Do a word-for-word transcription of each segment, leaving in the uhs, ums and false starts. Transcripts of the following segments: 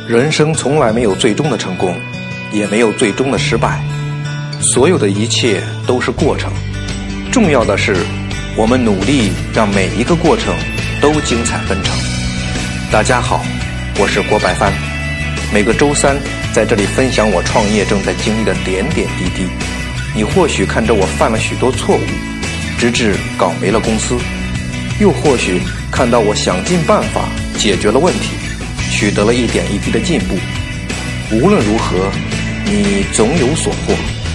人生从来没有最终的成功，也没有最终的失败，所有的一切都是过程。重要的是，我们努力让每一个过程都精彩纷呈。大家好，我是郭白帆，每个周三在这里分享我创业正在经历的点点滴滴。你或许看着我犯了许多错误，直至搞没了公司，又或许看到我想尽办法解决了问题，取得了一点一滴的进步。无论如何，你总有所获。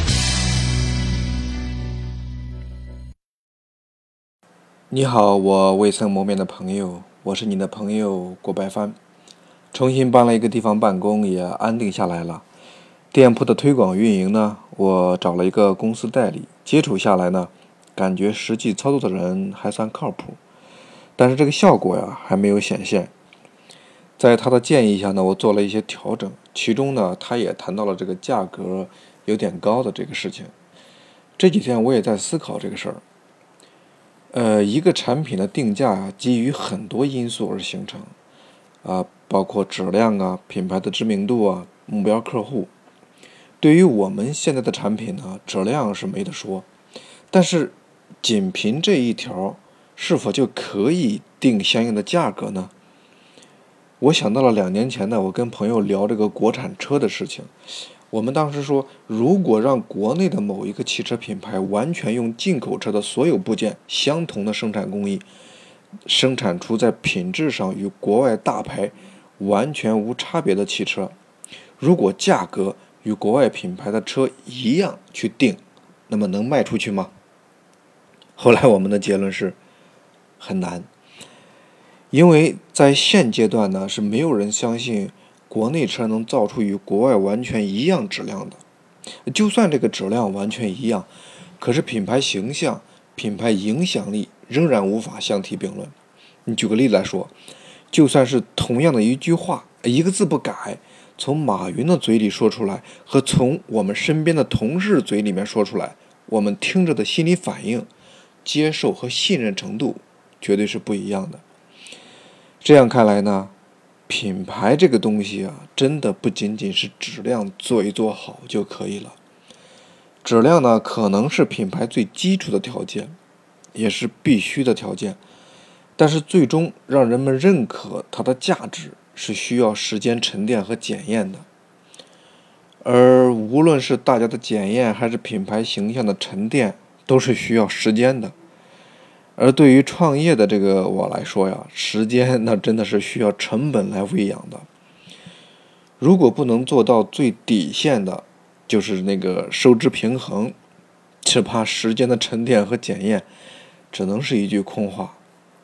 你好，我未曾谋面的朋友，我是你的朋友郭白帆。重新搬了一个地方办公，也安定下来了。店铺的推广运营呢，我找了一个公司代理，接触下来呢，感觉实际操作的人还算靠谱，但是这个效果呀还没有显现。在他的建议下呢，我做了一些调整，其中呢，他也谈到了这个价格有点高的这个事情。这几天我也在思考这个事儿。呃，一个产品的定价啊，基于很多因素而形成，啊，包括质量啊、品牌的知名度啊、目标客户。对于我们现在的产品呢，质量是没得说，但是仅凭这一条，是否就可以定相应的价格呢？我想到了两年前呢，我跟朋友聊这个国产车的事情。我们当时说，如果让国内的某一个汽车品牌完全用进口车的所有部件相同的生产工艺，生产出在品质上与国外大牌完全无差别的汽车，如果价格与国外品牌的车一样去定，那么能卖出去吗？后来我们的结论是很难，因为在现阶段呢，是没有人相信国内车能造出与国外完全一样质量的。就算这个质量完全一样，可是品牌形象、品牌影响力仍然无法相提并论。你举个例子来说，就算是同样的一句话，一个字不改，从马云的嘴里说出来和从我们身边的同事嘴里面说出来，我们听着的心理反应、接受和信任程度绝对是不一样的。这样看来呢，品牌这个东西啊，真的不仅仅是质量做一做好就可以了。质量呢，可能是品牌最基础的条件，也是必须的条件，但是最终让人们认可它的价值是需要时间沉淀和检验的。而无论是大家的检验还是品牌形象的沉淀，都是需要时间的。而对于创业的这个我来说呀，时间那真的是需要成本来喂养的。如果不能做到最底线的，就是那个收支平衡，只怕时间的沉淀和检验只能是一句空话。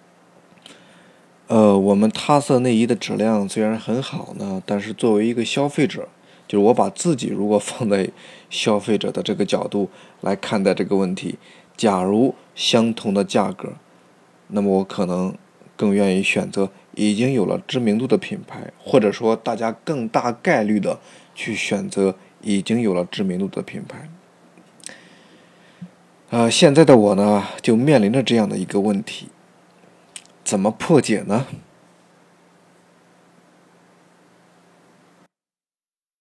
呃，我们他色内衣的质量虽然很好呢，但是作为一个消费者，就是我把自己如果放在消费者的这个角度来看待这个问题，假如相同的价格，那么我可能更愿意选择已经有了知名度的品牌，或者说大家更大概率的去选择已经有了知名度的品牌。呃，现在的我呢，就面临着这样的一个问题，怎么破解呢？